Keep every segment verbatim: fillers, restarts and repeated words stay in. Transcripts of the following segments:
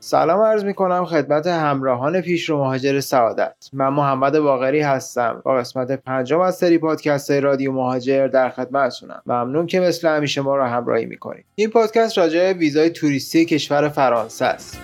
سلام عرض میکنم خدمت همراهان پیشرو مهاجر سعادت. من محمد باقری هستم. با قسمت پنجم از سری پادکست رادیو مهاجر در خدمتتونم. ممنون که مثل همیشه ما را همراهی میکنید. این پادکست راجع به ویزای توریستی کشور فرانسه است.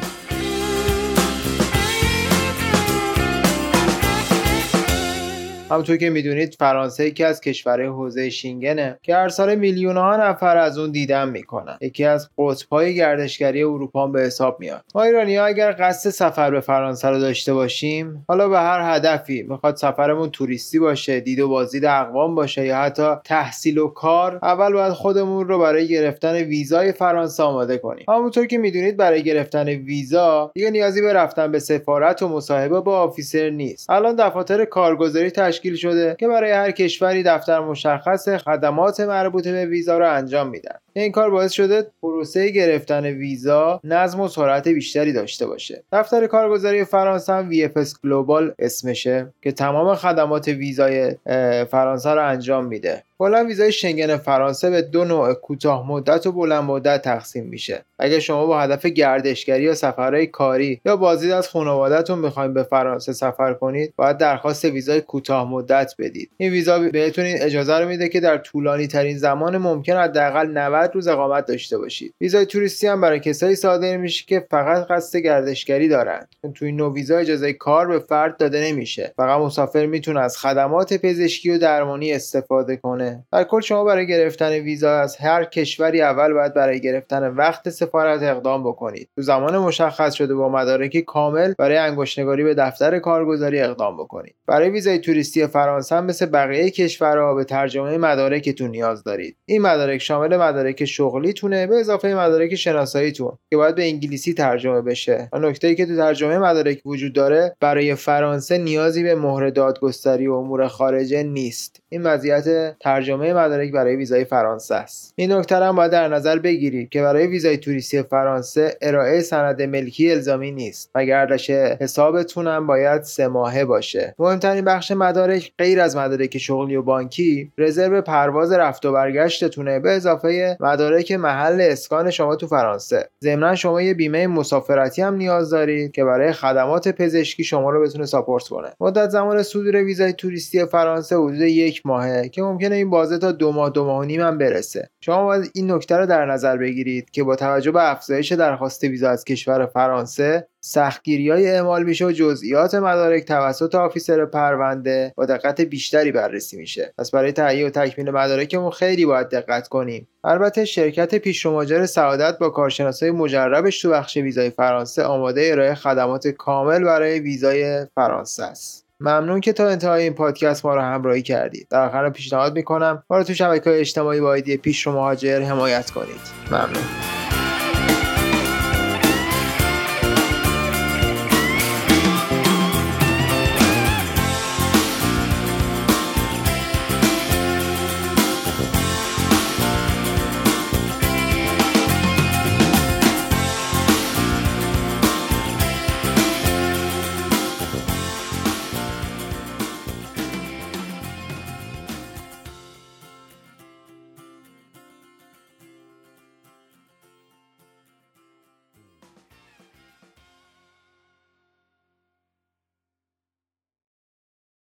همونطور که میدونید فرانسه یکی از کشورهای حوزه شنگنه که هر سال میلیون‌ها نفر از اون دیدن میکنن. یکی از قطب‌های گردشگری اروپا به حساب میاد. ما ایرانی‌ها اگر قصد سفر به فرانسه رو داشته باشیم، حالا به هر هدفی، میخواد سفرمون توریستی باشه، دید و بازدید اقوام باشه یا حتی تحصیل و کار، اول باید خودمون رو برای گرفتن ویزای فرانسه آماده کنیم. همونطور که میدونید برای گرفتن ویزا دیگه نیازی به رفتن به سفارت و مصاحبه با آفیسر نیست. الان دفاتر کارگزاری تشکیل شده که برای هر کشوری دفتر مشخص خدمات مربوط به ویزا رو انجام میدن. این کار باعث شده پروسه گرفتن ویزا نظم و سرعت بیشتری داشته باشه. دفتر کارگزاری فرانسه هم وی اف اس گلوبال اسمشه که تمام خدمات ویزای فرانسه رو انجام میده. کلا ویزای شنگن فرانسه به دو نوع کوتاه مدت و بلند مدت تقسیم میشه. اگه شما با هدف گردشگری یا سفرهای کاری یا بازدید از خانواده‌تون بخواید به فرانسه سفر کنید، باید درخواست ویزای کوتاه مدت بدید. این ویزا بهتون اجازه رو میده که در طولانی ترین زمان ممکن حداقل نود روز اقامت داشته باشید. ویزای توریستی هم برای کسایی صادر میشه که فقط قصد گردشگری دارن. تو این نوع ویزا اجازه کار به فرد داده نمیشه. فقط مسافر میتونه از خدمات پزشکی و درمانی استفاده کنه. در کل شما برای گرفتن ویزا از هر کشوری اول باید برای گرفتن وقت سفارت اقدام بکنید. تو زمان مشخص شده با مدارک کامل برای انگشت‌نگاری به دفتر کارگزاری اقدام بکنید. برای ویزای توریستی فرانسه هم مثل بقیه کشورها به ترجمه مدارکتون نیاز دارید. این مدارک شامل مدارک شغلیتونه به اضافه مدارک شناساییتون که باید به انگلیسی ترجمه بشه. و نکته‌ای که تو ترجمه مدارک وجود داره، برای فرانسه نیازی به مهر دادگستری و امور خارجه نیست. این مزیت ترجمه مدارک برای ویزای فرانسه است. این نکته هم باید در نظر بگیرید که برای ویزای توریستی فرانسه ارائه سند ملکی الزامی نیست و گردش حسابتون هم باید سه ماهه باشه. مهمترین بخش مدارک غیر از مدارک شغلی و بانکی، رزرو پرواز رفت و برگشتتونه به اضافه مدارک محل اسکان شما تو فرانسه. ضمن شما یه بیمه مسافرتی هم نیاز دارید که برای خدمات پزشکی شما رو بتونه ساپورت کنه. مدت زمان صدور ویزای توریستی فرانسه حدود یک ماهه که ممکنه این بازه تا دو ماه دو ماه و نیم هم برسه. شما باید این نکته رو در نظر بگیرید که با توجه به افزایش درخواست ویزا از کشور فرانسه، سختگیری‌های اعمال میشه و جزئیات مدارک توسط آفیسر پرونده با دقت بیشتری بررسی میشه. پس برای تهیه و تکمیل مدارکمون خیلی باید دقت کنیم. البته شرکت پیشرو مهاجر سعادت با کارشناسای مجربش تو بخش ویزای فرانسه آماده ارائه خدمات کامل برای ویزای فرانسه است. ممنون که تا انتهای این پادکست ما رو همراهی کردید. در آخر پیشنهاد میکنم ما رو تو شبکه‌های اجتماعی با آیدی پیشرو مهاجر حمایت کنید. ممنون.